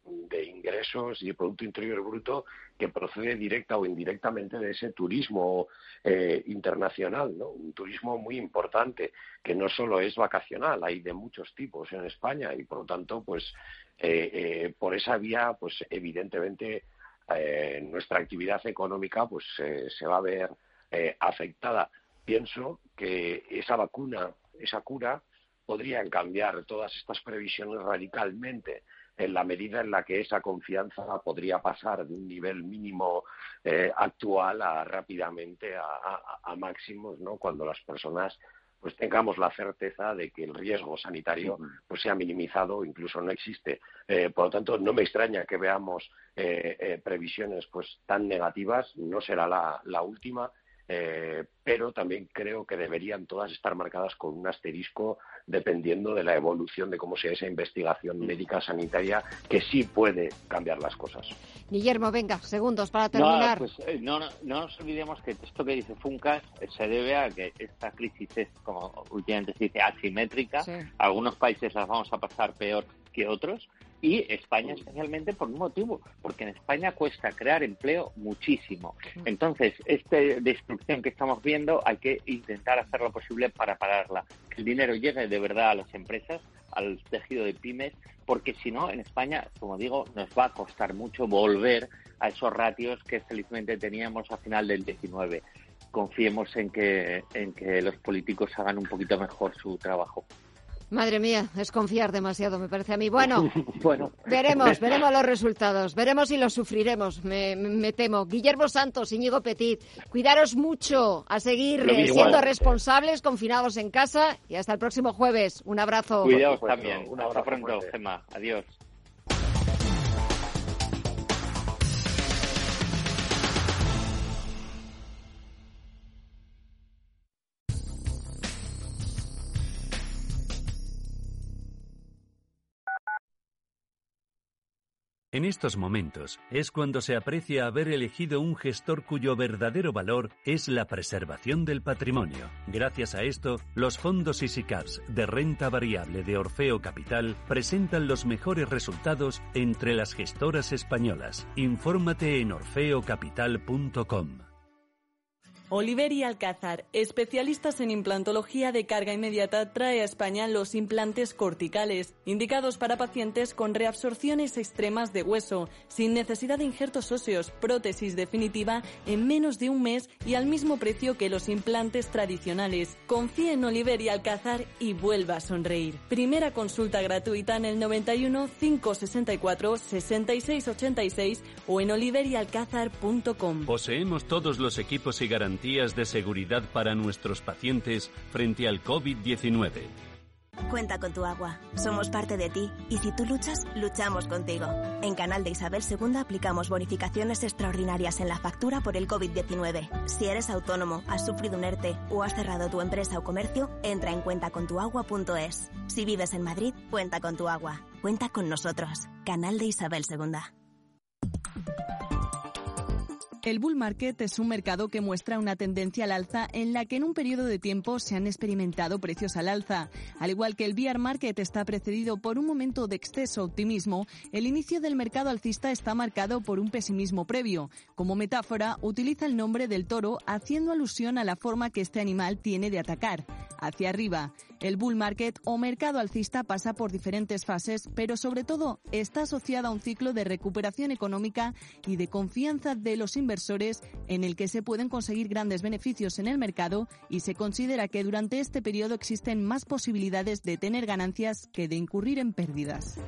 ingresos y de Producto Interior Bruto que procede directa o indirectamente de ese turismo internacional, ¿no? Un turismo muy importante, que no solo es vacacional, hay de muchos tipos en España y, por lo tanto, pues por esa vía, pues evidentemente nuestra actividad económica pues se va a ver afectada. Pienso que esa vacuna, esa cura, podrían cambiar todas estas previsiones radicalmente en la medida en la que esa confianza podría pasar de un nivel mínimo actual a rápidamente a máximos, ¿no? Cuando las personas pues tengamos la certeza de que el riesgo sanitario pues sea minimizado o incluso no existe. Por lo tanto, no me extraña que veamos previsiones pues tan negativas, no será la última, pero también creo que deberían todas estar marcadas con un asterisco dependiendo de la evolución de cómo sea esa investigación médica sanitaria, que sí puede cambiar las cosas. Guillermo, venga, segundos para terminar. No nos olvidemos que esto que dice Funcas se debe a que esta crisis es, como últimamente se dice, asimétrica. Sí. Algunos países las vamos a pasar peor que otros. Y España especialmente por un motivo, porque en España cuesta crear empleo muchísimo. Entonces, esta destrucción que estamos viendo hay que intentar hacer lo posible para pararla. Que el dinero llegue de verdad a las empresas, al tejido de pymes, porque si no, en España, como digo, nos va a costar mucho volver a esos ratios que felizmente teníamos a final del 19. Confiemos en que los políticos hagan un poquito mejor su trabajo. Madre mía, es confiar demasiado, me parece a mí. Bueno, veremos los resultados, veremos y los sufriremos, me temo. Guillermo Santos, Íñigo Petit, cuidaros mucho, a seguir siendo responsables, confinados en casa y hasta el próximo jueves. Un abrazo. Cuidaos también. Hasta pronto, Gemma. Adiós. En estos momentos es cuando se aprecia haber elegido un gestor cuyo verdadero valor es la preservación del patrimonio. Gracias a esto, los fondos EasyCaps de renta variable de Orfeo Capital presentan los mejores resultados entre las gestoras españolas. Infórmate en orfeocapital.com. Oliver y Alcázar, especialistas en implantología de carga inmediata, trae a España los implantes corticales, indicados para pacientes con reabsorciones extremas de hueso, sin necesidad de injertos óseos, prótesis definitiva en menos de un mes y al mismo precio que los implantes tradicionales. Confíe en Oliver y Alcázar y vuelva a sonreír. Primera consulta gratuita en el 91 564 6686 o en oliverialcázar.com. Poseemos todos los equipos y garantías de seguridad para nuestros pacientes frente al COVID-19. Cuenta con tu agua. Somos parte de ti y si tú luchas, luchamos contigo. En Canal de Isabel II aplicamos bonificaciones extraordinarias en la factura por el COVID-19. Si eres autónomo, has sufrido un ERTE o has cerrado tu empresa o comercio, entra en cuentacontuagua.es. Si vives en Madrid, cuenta con tu agua. Cuenta con nosotros. Canal de Isabel II. El bull market es un mercado que muestra una tendencia al alza en la que en un periodo de tiempo se han experimentado precios al alza. Al igual que el bear market está precedido por un momento de exceso optimismo, el inicio del mercado alcista está marcado por un pesimismo previo. Como metáfora, utiliza el nombre del toro haciendo alusión a la forma que este animal tiene de atacar, hacia arriba. El bull market o mercado alcista pasa por diferentes fases, pero sobre todo está asociado a un ciclo de recuperación económica y de confianza de los inversores en el que se pueden conseguir grandes beneficios en el mercado y se considera que durante este periodo existen más posibilidades de tener ganancias que de incurrir en pérdidas.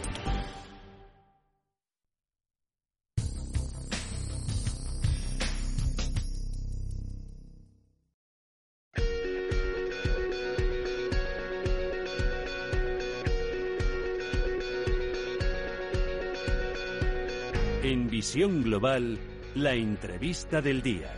En Visión Global, la entrevista del día.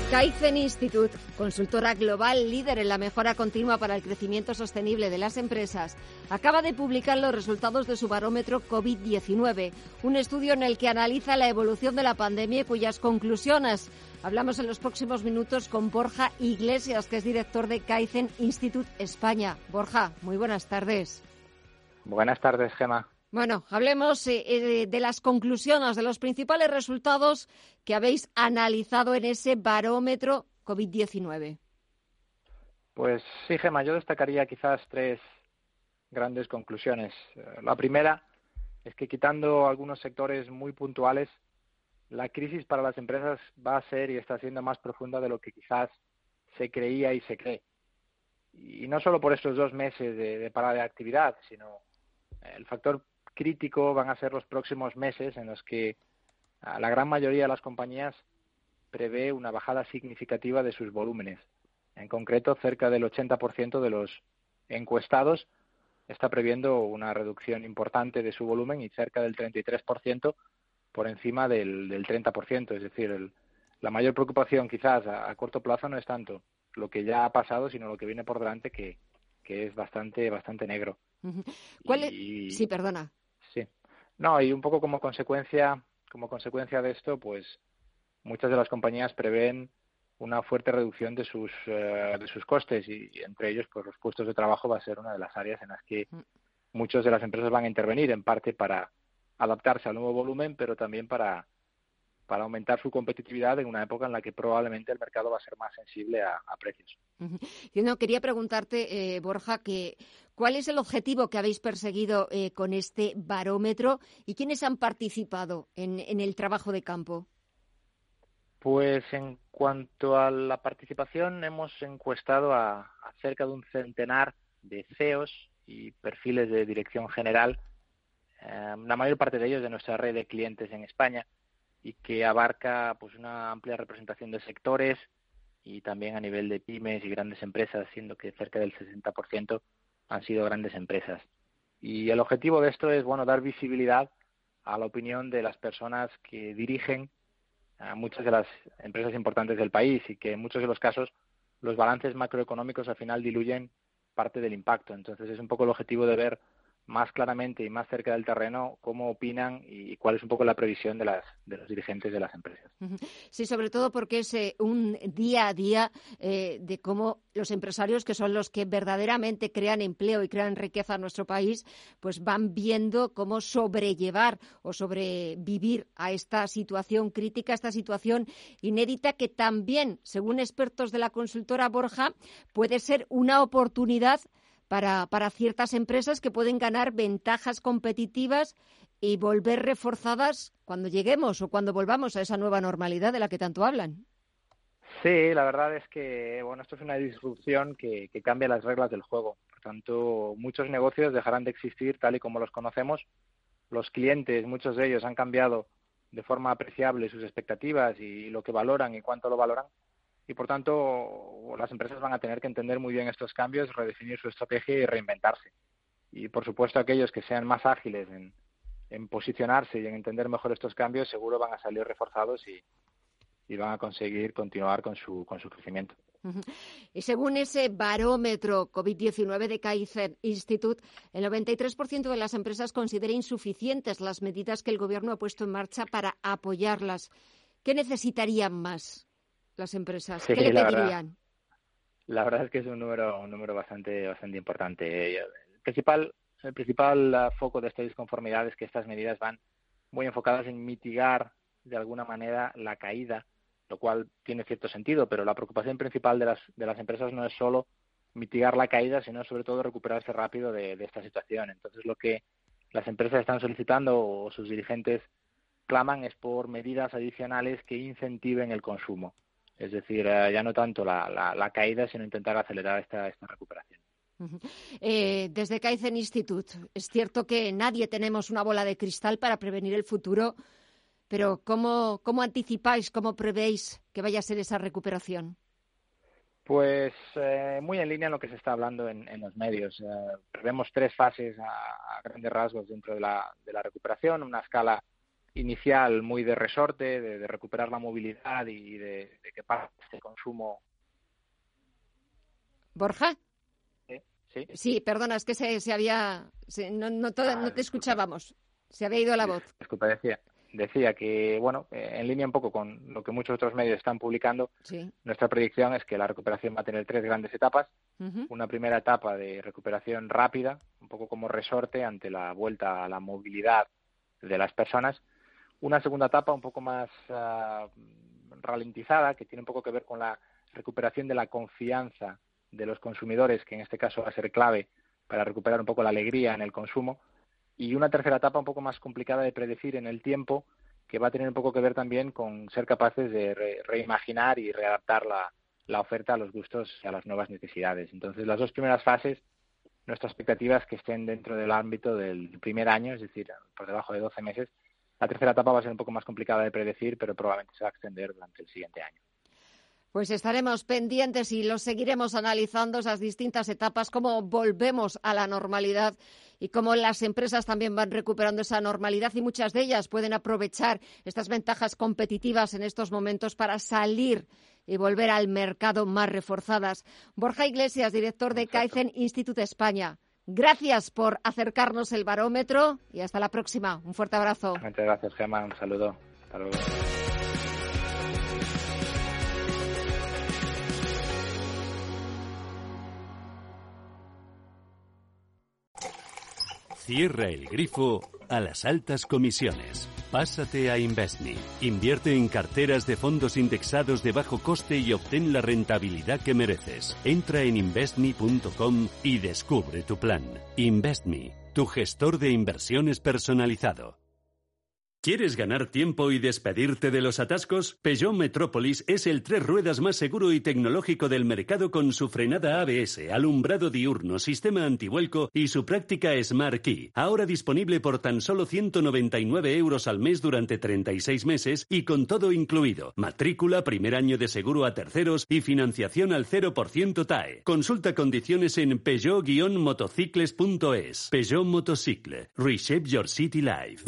Kaizen Institute, consultora global líder en la mejora continua para el crecimiento sostenible de las empresas, acaba de publicar los resultados de su barómetro COVID-19, un estudio en el que analiza la evolución de la pandemia y cuyas conclusiones hablamos en los próximos minutos con Borja Iglesias, que es director de Kaizen Institute España. Borja, muy buenas tardes. Buenas tardes, Gema. Bueno, hablemos de las conclusiones, de los principales resultados que habéis analizado en ese barómetro COVID-19. Pues sí, Gema, yo destacaría quizás 3 grandes conclusiones. La primera es que, quitando algunos sectores muy puntuales, la crisis para las empresas va a ser y está siendo más profunda de lo que quizás se creía y se cree. Y no solo por estos 2 meses de parada de actividad, sino el factor crítico van a ser los próximos meses en los que la gran mayoría de las compañías prevé una bajada significativa de sus volúmenes. En concreto, cerca del 80% de los encuestados está previendo una reducción importante de su volumen y cerca del 33% por encima del 30%. Es decir, la mayor preocupación quizás a corto plazo no es tanto lo que ya ha pasado, sino lo que viene por delante, que es bastante negro. ¿Cuál es? Sí, perdona. Sí. No, y un poco como consecuencia de esto, pues muchas de las compañías prevén una fuerte reducción de sus costes y entre ellos, pues los puestos de trabajo va a ser una de las áreas en las que muchas de las empresas van a intervenir, en parte para adaptarse al nuevo volumen, pero también para aumentar su competitividad en una época en la que probablemente el mercado va a ser más sensible a precios. Yo no quería preguntarte, Borja, ¿cuál es el objetivo que habéis perseguido con este barómetro y quiénes han participado en el trabajo de campo? Pues en cuanto a la participación, hemos encuestado a cerca de un centenar de CEOs y perfiles de dirección general, la mayor parte de ellos de nuestra red de clientes en España, y que abarca pues una amplia representación de sectores y también a nivel de pymes y grandes empresas, siendo que cerca del 60% han sido grandes empresas. Y el objetivo de esto es, dar visibilidad a la opinión de las personas que dirigen a muchas de las empresas importantes del país y que en muchos de los casos los balances macroeconómicos al final diluyen parte del impacto. Entonces es un poco el objetivo de ver más claramente y más cerca del terreno cómo opinan y cuál es un poco la previsión de los dirigentes de las empresas. Sí, sobre todo porque es un día a día de cómo los empresarios, que son los que verdaderamente crean empleo y crean riqueza en nuestro país, pues van viendo cómo sobrellevar o sobrevivir a esta situación crítica, a esta situación inédita, que también, según expertos de la consultora Borja, puede ser una oportunidad para ciertas empresas que pueden ganar ventajas competitivas y volver reforzadas cuando lleguemos o cuando volvamos a esa nueva normalidad de la que tanto hablan. Sí, la verdad es que esto es una disrupción que cambia las reglas del juego. Por tanto, muchos negocios dejarán de existir tal y como los conocemos. Los clientes, muchos de ellos, han cambiado de forma apreciable sus expectativas y lo que valoran y cuánto lo valoran. Y, por tanto, las empresas van a tener que entender muy bien estos cambios, redefinir su estrategia y reinventarse. Y, por supuesto, aquellos que sean más ágiles en posicionarse y en entender mejor estos cambios, seguro van a salir reforzados y van a conseguir continuar con su crecimiento. Y según ese barómetro COVID-19 de Kaizen Institute, el 93% de las empresas considera insuficientes las medidas que el Gobierno ha puesto en marcha para apoyarlas. ¿Qué necesitarían más las empresas? Sí, ¿Qué le pedirían? La verdad es que es un número bastante importante. El principal foco de esta disconformidad es que estas medidas van muy enfocadas en mitigar de alguna manera la caída, lo cual tiene cierto sentido, pero la preocupación principal de las empresas no es solo mitigar la caída, sino sobre todo recuperarse rápido de esta situación. Entonces, lo que las empresas están solicitando o sus dirigentes claman es por medidas adicionales que incentiven el consumo. Es decir, ya no tanto la caída, sino intentar acelerar esta recuperación. Desde Kaizen Institute, es cierto que nadie tenemos una bola de cristal para prevenir el futuro, pero ¿cómo anticipáis, cómo prevéis que vaya a ser esa recuperación? Pues muy en línea en lo que se está hablando en los medios. Prevemos 3 fases a grandes rasgos dentro de la recuperación, una escala inicial muy de resorte, de recuperar la movilidad y de que parte este consumo. ¿Borja? Sí. Sí, perdona, es que se había... no te escuchábamos. Se había ido la voz. Disculpa, decía que, bueno, en línea un poco con lo que muchos otros medios están publicando, sí. Nuestra predicción es que la recuperación va a tener 3 grandes etapas. Uh-huh. Una primera etapa de recuperación rápida, un poco como resorte ante la vuelta a la movilidad de las personas. Una segunda etapa un poco más ralentizada, que tiene un poco que ver con la recuperación de la confianza de los consumidores, que en este caso va a ser clave para recuperar un poco la alegría en el consumo. Y una tercera etapa un poco más complicada de predecir en el tiempo, que va a tener un poco que ver también con ser capaces de reimaginar y readaptar la oferta a los gustos y a las nuevas necesidades. Entonces, las 2 primeras fases, nuestra expectativa es que estén dentro del ámbito del primer año, es decir, por debajo de 12 meses. La tercera etapa va a ser un poco más complicada de predecir, pero probablemente se va a extender durante el siguiente año. Pues estaremos pendientes y lo seguiremos analizando, esas distintas etapas, cómo volvemos a la normalidad y cómo las empresas también van recuperando esa normalidad y muchas de ellas pueden aprovechar estas ventajas competitivas en estos momentos para salir y volver al mercado más reforzadas. Borja Iglesias, director de Kaizen Institute España. Gracias por acercarnos el barómetro y hasta la próxima. Un fuerte abrazo. Muchas gracias, Gemma. Un saludo. Hasta luego. Cierra el grifo a las altas comisiones. Pásate a Investme. Invierte en carteras de fondos indexados de bajo coste y obtén la rentabilidad que mereces. Entra en investme.com y descubre tu plan. Investme, tu gestor de inversiones personalizado. ¿Quieres ganar tiempo y despedirte de los atascos? Peugeot Metrópolis es el 3 ruedas más seguro y tecnológico del mercado con su frenada ABS, alumbrado diurno, sistema antivuelco y su práctica Smart Key. Ahora disponible por tan solo 199 € al mes durante 36 meses y con todo incluido. Matrícula, primer año de seguro a terceros y financiación al 0% TAE. Consulta condiciones en peugeot-motocicles.es. Peugeot Motocicle. Reshape your city life.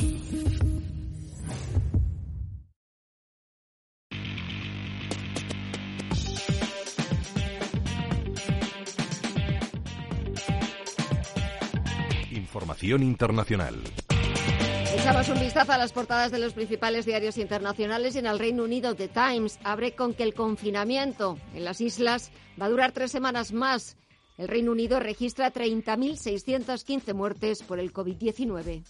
Información internacional. Echamos un vistazo a las portadas de los principales diarios internacionales y en el Reino Unido The Times abre con que el confinamiento en las islas va a durar 3 semanas más. El Reino Unido registra 30.615 muertes por el COVID-19.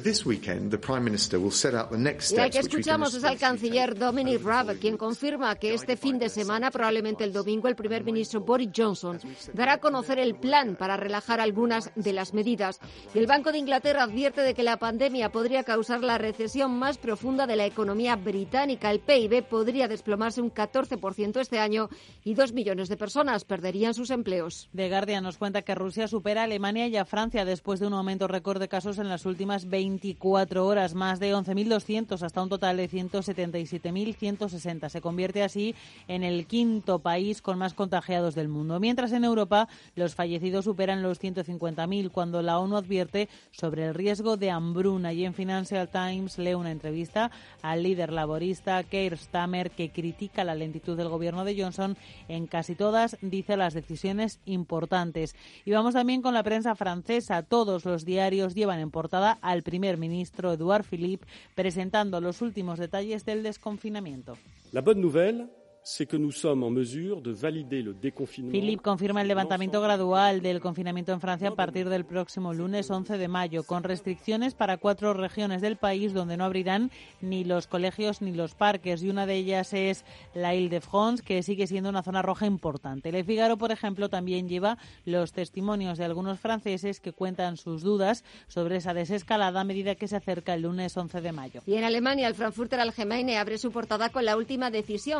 Y al que escuchamos es al canciller Dominic Raab, quien confirma que este fin de semana, probablemente el domingo, el primer ministro Boris Johnson dará a conocer el plan para relajar algunas de las medidas. Y el Banco de Inglaterra advierte de que la pandemia podría causar la recesión más profunda de la economía británica. El PIB podría desplomarse un 14% este año y 2 millones de personas perderían sus empleos. The Guardian nos cuenta que Rusia supera a Alemania y a Francia después de un aumento récord de casos en las últimas 24 horas, más de 11.200 hasta un total de 177.160. Se convierte así en el 5º país con más contagiados del mundo. Mientras en Europa los fallecidos superan los 150.000 cuando la ONU advierte sobre el riesgo de hambruna. Y en Financial Times lee una entrevista al líder laborista Keir Starmer que critica la lentitud del gobierno de Johnson en casi todas, dice, las decisiones importantes. Y vamos también con la prensa francesa. Todos los diarios llevan en portada al primer ministro Édouard Philippe presentando los últimos detalles del desconfinamiento. La bonne nouvelle, c'est que nous sommes en mesure de valider le déconfinement. Philippe confirma el levantamiento gradual del confinamiento en Francia a partir del próximo lunes 11 de mayo, con restricciones para 4 regiones del país donde no abrirán ni los colegios ni los parques, y una de ellas es la Île-de-France, que sigue siendo una zona roja importante. Le Figaro, por ejemplo, también lleva los testimonios de algunos franceses que cuentan sus dudas sobre esa desescalada a medida que se acerca el lunes 11 de mayo. Y en Alemania, el Frankfurter Allgemeine abre su portada con la última decisión que ha tomado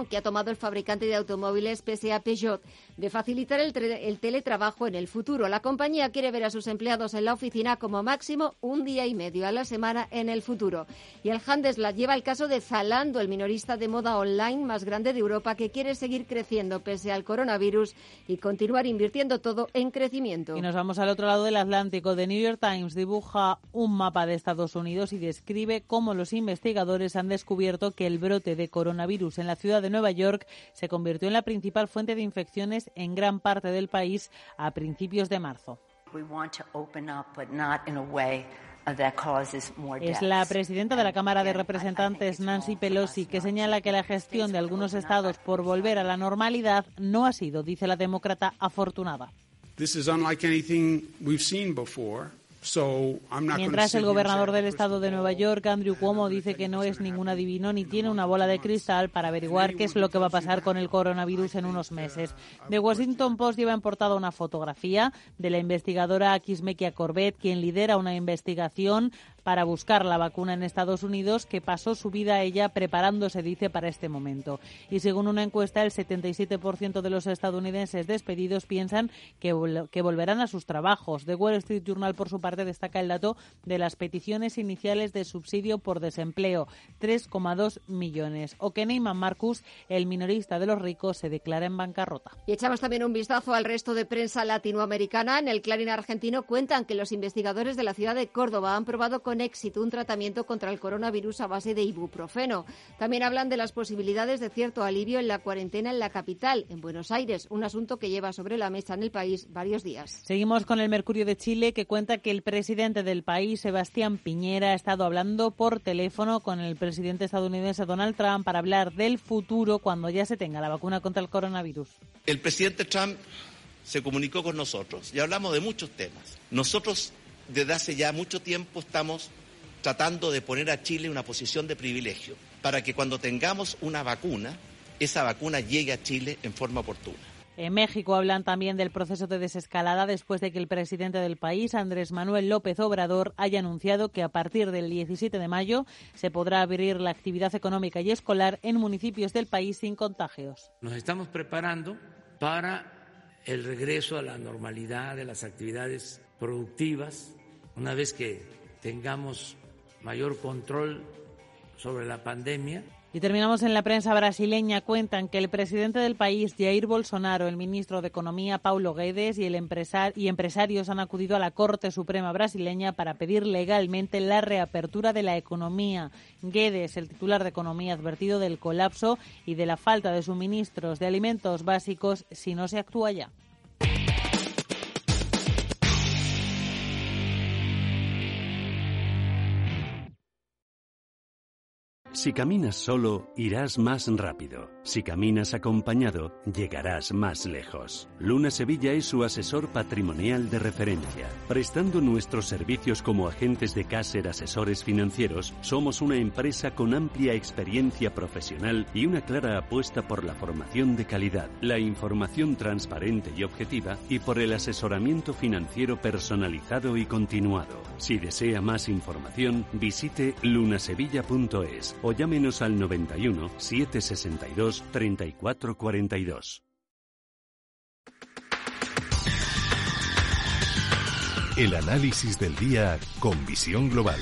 el fabricante de automóviles PSA Peugeot de facilitar el teletrabajo en el futuro. La compañía quiere ver a sus empleados en la oficina como máximo un día y medio a la semana en el futuro. Y el Handelsblatt lleva el caso de Zalando, el minorista de moda online más grande de Europa, que quiere seguir creciendo pese al coronavirus y continuar invirtiendo todo en crecimiento. Y nos vamos al otro lado del Atlántico. The New York Times dibuja un mapa de Estados Unidos y describe cómo los investigadores han descubierto que el brote de coronavirus en la ciudad de Nueva York se convirtió en la principal fuente de infecciones en gran parte del país a principios de marzo. Es la presidenta de la Cámara de Representantes, Nancy Pelosi, que señala que la gestión de algunos estados por volver a la normalidad no ha sido, dice la demócrata, afortunada. Mientras el gobernador del estado de Nueva York, Andrew Cuomo, dice que no es ningún adivino ni tiene una bola de cristal para averiguar qué es lo que va a pasar con el coronavirus en unos meses. The Washington Post lleva en portada una fotografía de la investigadora Kimmel Corbett, quien lidera una investigación para buscar la vacuna en Estados Unidos, que pasó su vida ella preparándose, dice, para este momento. Y según una encuesta, el 77% de los estadounidenses despedidos piensan que volverán a sus trabajos. The Wall Street Journal, por su parte, destaca el dato de las peticiones iniciales de subsidio por desempleo, 3,2 millones. O que Neiman Marcus, el minorista de los ricos, se declara en bancarrota. Y echamos también un vistazo al resto de prensa latinoamericana. En el Clarín argentino cuentan que los investigadores de la ciudad de Córdoba han probado con éxito un tratamiento contra el coronavirus a base de ibuprofeno. También hablan de las posibilidades de cierto alivio en la cuarentena en la capital, en Buenos Aires, un asunto que lleva sobre la mesa en el país varios días. Seguimos con el Mercurio de Chile, que cuenta que el presidente del país, Sebastián Piñera, ha estado hablando por teléfono con el presidente estadounidense Donald Trump para hablar del futuro cuando ya se tenga la vacuna contra el coronavirus. El presidente Trump se comunicó con nosotros y hablamos de muchos temas. Nosotros desde hace ya mucho tiempo estamos tratando de poner a Chile en una posición de privilegio para que cuando tengamos una vacuna, esa vacuna llegue a Chile en forma oportuna. En México hablan también del proceso de desescalada después de que el presidente del país, Andrés Manuel López Obrador, haya anunciado que a partir del 17 de mayo se podrá abrir la actividad económica y escolar en municipios del país sin contagios. Nos estamos preparando para el regreso a la normalidad de las actividades productivas, una vez que tengamos mayor control sobre la pandemia. Y terminamos en la prensa brasileña. Cuentan que el presidente del país, Jair Bolsonaro, el ministro de Economía, Paulo Guedes, y empresarios han acudido a la Corte Suprema brasileña para pedir legalmente la reapertura de la economía. Guedes, el titular de Economía, ha advertido del colapso y de la falta de suministros de alimentos básicos si no se actúa ya. Si caminas solo, irás más rápido. Si caminas acompañado, llegarás más lejos. Luna Sevilla es su asesor patrimonial de referencia. Prestando nuestros servicios como agentes de Caser Asesores Financieros, somos una empresa con amplia experiencia profesional y una clara apuesta por la formación de calidad, la información transparente y objetiva y por el asesoramiento financiero personalizado y continuado. Si desea más información, visite lunasevilla.es o llámenos al 91 762 3442. El análisis del día con visión global.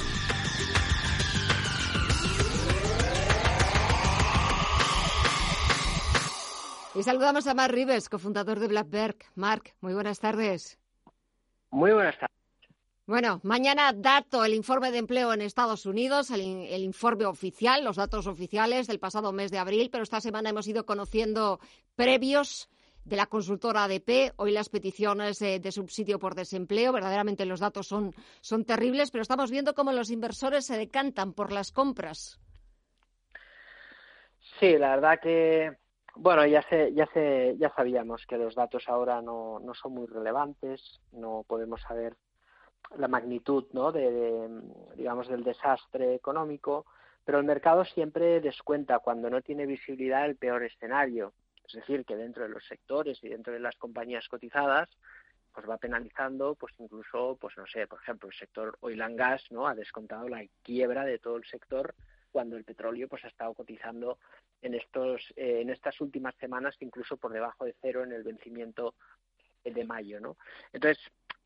Y saludamos a Mark Rivers, cofundador de Blackberg. Mark, muy buenas tardes. Muy buenas tardes. Bueno, mañana dato el informe de empleo en Estados Unidos, el informe oficial, los datos oficiales del pasado mes de abril, pero esta semana hemos ido conociendo previos de la consultora ADP, hoy las peticiones de subsidio por desempleo, verdaderamente los datos son terribles, pero estamos viendo cómo los inversores se decantan por las compras. Sí, la verdad que, bueno, ya sabíamos que los datos ahora no son muy relevantes, no podemos saber la magnitud, ¿no?, digamos, del desastre económico, pero el mercado siempre descuenta cuando no tiene visibilidad el peor escenario. Es decir, que dentro de los sectores y dentro de las compañías cotizadas, pues va penalizando, pues incluso, pues no sé, por ejemplo, el sector oil and gas, ¿no?, ha descontado la quiebra de todo el sector cuando el petróleo pues ha estado cotizando en estas últimas semanas incluso por debajo de cero en el vencimiento de mayo, ¿no? Entonces,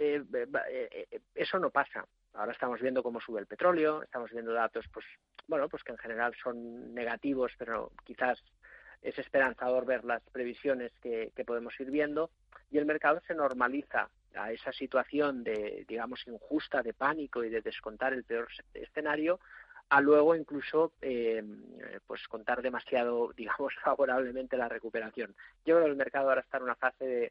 eso no pasa. Ahora estamos viendo cómo sube el petróleo, estamos viendo datos, pues que en general son negativos, pero quizás es esperanzador ver las previsiones que podemos ir viendo, y el mercado se normaliza a esa situación de, digamos, injusta, de pánico y de descontar el peor escenario, a luego incluso pues contar demasiado, digamos, favorablemente la recuperación. Yo creo que el mercado ahora está en una fase de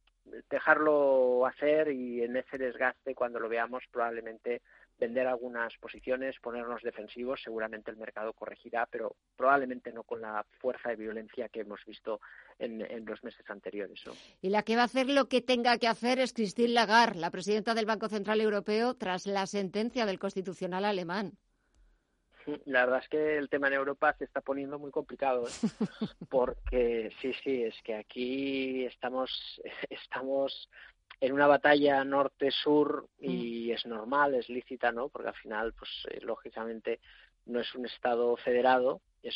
dejarlo hacer, y en ese desgaste, cuando lo veamos, probablemente vender algunas posiciones, ponernos defensivos. Seguramente el mercado corregirá, pero probablemente no con la fuerza y violencia que hemos visto en los meses anteriores, ¿no? Y la que va a hacer lo que tenga que hacer es Christine Lagarde, la presidenta del Banco Central Europeo, tras la sentencia del Constitucional alemán. La verdad es que el tema en Europa se está poniendo muy complicado, porque sí, es que aquí estamos en una batalla norte-sur, y es normal, es lícita, ¿no? Porque al final, pues lógicamente no es un Estado federado, es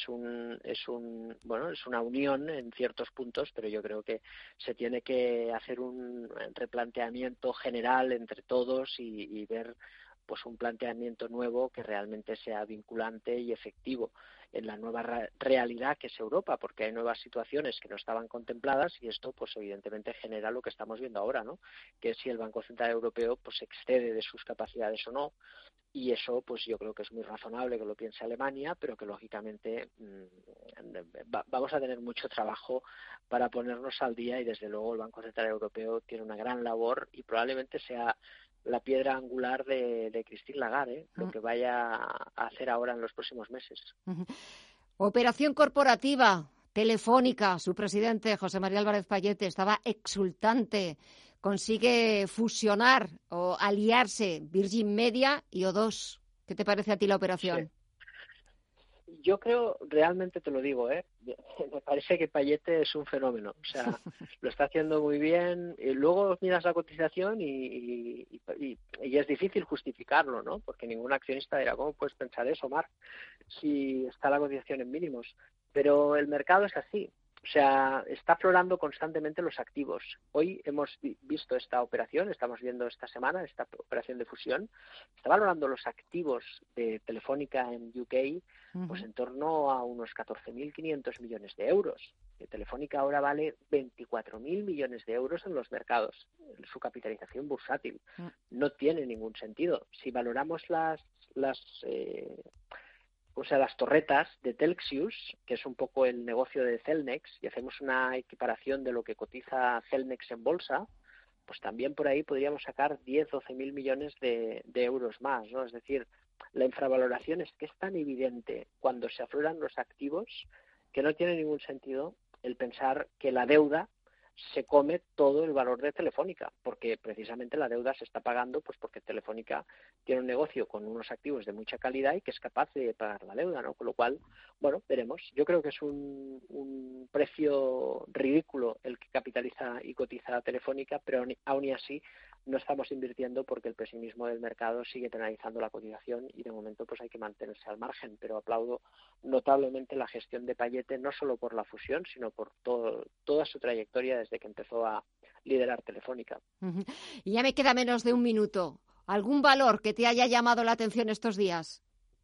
una unión en ciertos puntos, pero yo creo que se tiene que hacer un replanteamiento general entre todos y ver pues un planteamiento nuevo que realmente sea vinculante y efectivo en la nueva realidad que es Europa, porque hay nuevas situaciones que no estaban contempladas, y esto pues evidentemente genera lo que estamos viendo ahora, ¿no? Que si el Banco Central Europeo pues excede de sus capacidades o no, y eso pues yo creo que es muy razonable que lo piense Alemania, pero que lógicamente vamos a tener mucho trabajo para ponernos al día, y desde luego el Banco Central Europeo tiene una gran labor, y probablemente sea la piedra angular de Christine Lagarde, lo que vaya a hacer ahora en los próximos meses. Operación corporativa, Telefónica. Su presidente, José María Álvarez-Pallete, estaba exultante. Consigue fusionar o aliarse Virgin Media y O2. ¿Qué te parece a ti la operación? Sí. Yo creo, realmente te lo digo, me parece que Pallete es un fenómeno. O sea, lo está haciendo muy bien. Y luego miras la cotización y es difícil justificarlo, ¿no? Porque ningún accionista dirá, ¿cómo puedes pensar eso, Marc? Si está la cotización en mínimos. Pero el mercado es así. O sea, está aflorando constantemente los activos. Hoy hemos visto esta operación, estamos viendo esta semana esta operación de fusión. Está valorando los activos de Telefónica en UK pues en torno a unos 14.500 millones de euros. Telefónica ahora vale 24.000 millones de euros en los mercados. Su capitalización bursátil no tiene ningún sentido. Si valoramos las torretas de Telxius, que es un poco el negocio de Cellnex, y hacemos una equiparación de lo que cotiza Cellnex en bolsa, pues también por ahí podríamos sacar 10-12.000 millones de euros más, ¿no? Es decir, la infravaloración es que es tan evidente cuando se afloran los activos que no tiene ningún sentido el pensar que la deuda se come todo el valor de Telefónica, porque precisamente la deuda se está pagando pues porque Telefónica tiene un negocio con unos activos de mucha calidad y que es capaz de pagar la deuda, ¿no? Con lo cual, bueno, veremos. Yo creo que es un precio ridículo el que capitaliza y cotiza Telefónica, pero aún y así no estamos invirtiendo porque el pesimismo del mercado sigue penalizando la cotización, y de momento pues hay que mantenerse al margen. Pero aplaudo notablemente la gestión de Pallete, no solo por la fusión, sino por toda su trayectoria desde que empezó a liderar Telefónica. Y ya me queda menos de un minuto. ¿Algún valor que te haya llamado la atención estos días?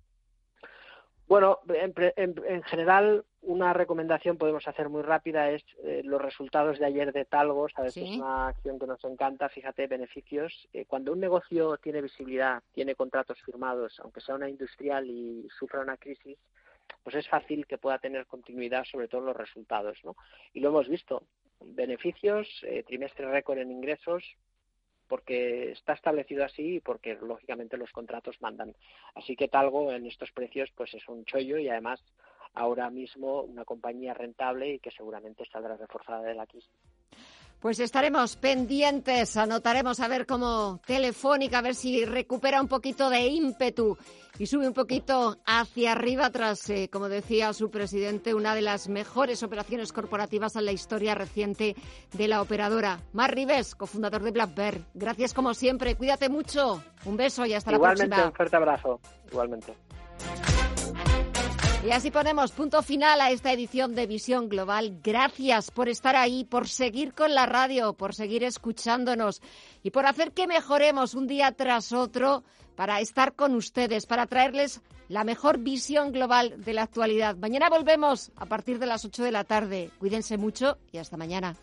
Bueno, en general, una recomendación podemos hacer muy rápida es los resultados de ayer de Talgo. Sabes, ¿sí? Es una acción que nos encanta. Fíjate, beneficios. Cuando un negocio tiene visibilidad, tiene contratos firmados, aunque sea una industrial y sufra una crisis, pues es fácil que pueda tener continuidad, sobre todo en los resultados, ¿no? Y lo hemos visto. Beneficios, trimestre récord en ingresos, porque está establecido así y porque lógicamente los contratos mandan. Así que Talgo en estos precios pues es un chollo, y además ahora mismo una compañía rentable y que seguramente saldrá reforzada de la crisis. Pues estaremos pendientes, anotaremos a ver cómo Telefónica, a ver si recupera un poquito de ímpetu y sube un poquito hacia arriba tras, como decía su presidente, una de las mejores operaciones corporativas en la historia reciente de la operadora. Marc Ribes, cofundador de BlackBerry. Gracias como siempre, cuídate mucho. Un beso y hasta la próxima. Igualmente, un fuerte abrazo. Igualmente. Y así ponemos punto final a esta edición de Visión Global. Gracias por estar ahí, por seguir con la radio, por seguir escuchándonos y por hacer que mejoremos un día tras otro para estar con ustedes, para traerles la mejor visión global de la actualidad. Mañana volvemos a partir de las 8 de la tarde. Cuídense mucho y hasta mañana.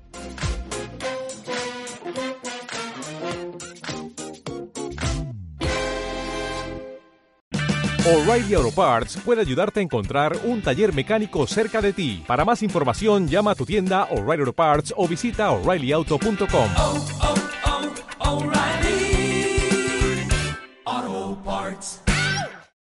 O'Reilly Auto Parts puede ayudarte a encontrar un taller mecánico cerca de ti. Para más información, llama a tu tienda O'Reilly Auto Parts o visita O'ReillyAuto.com.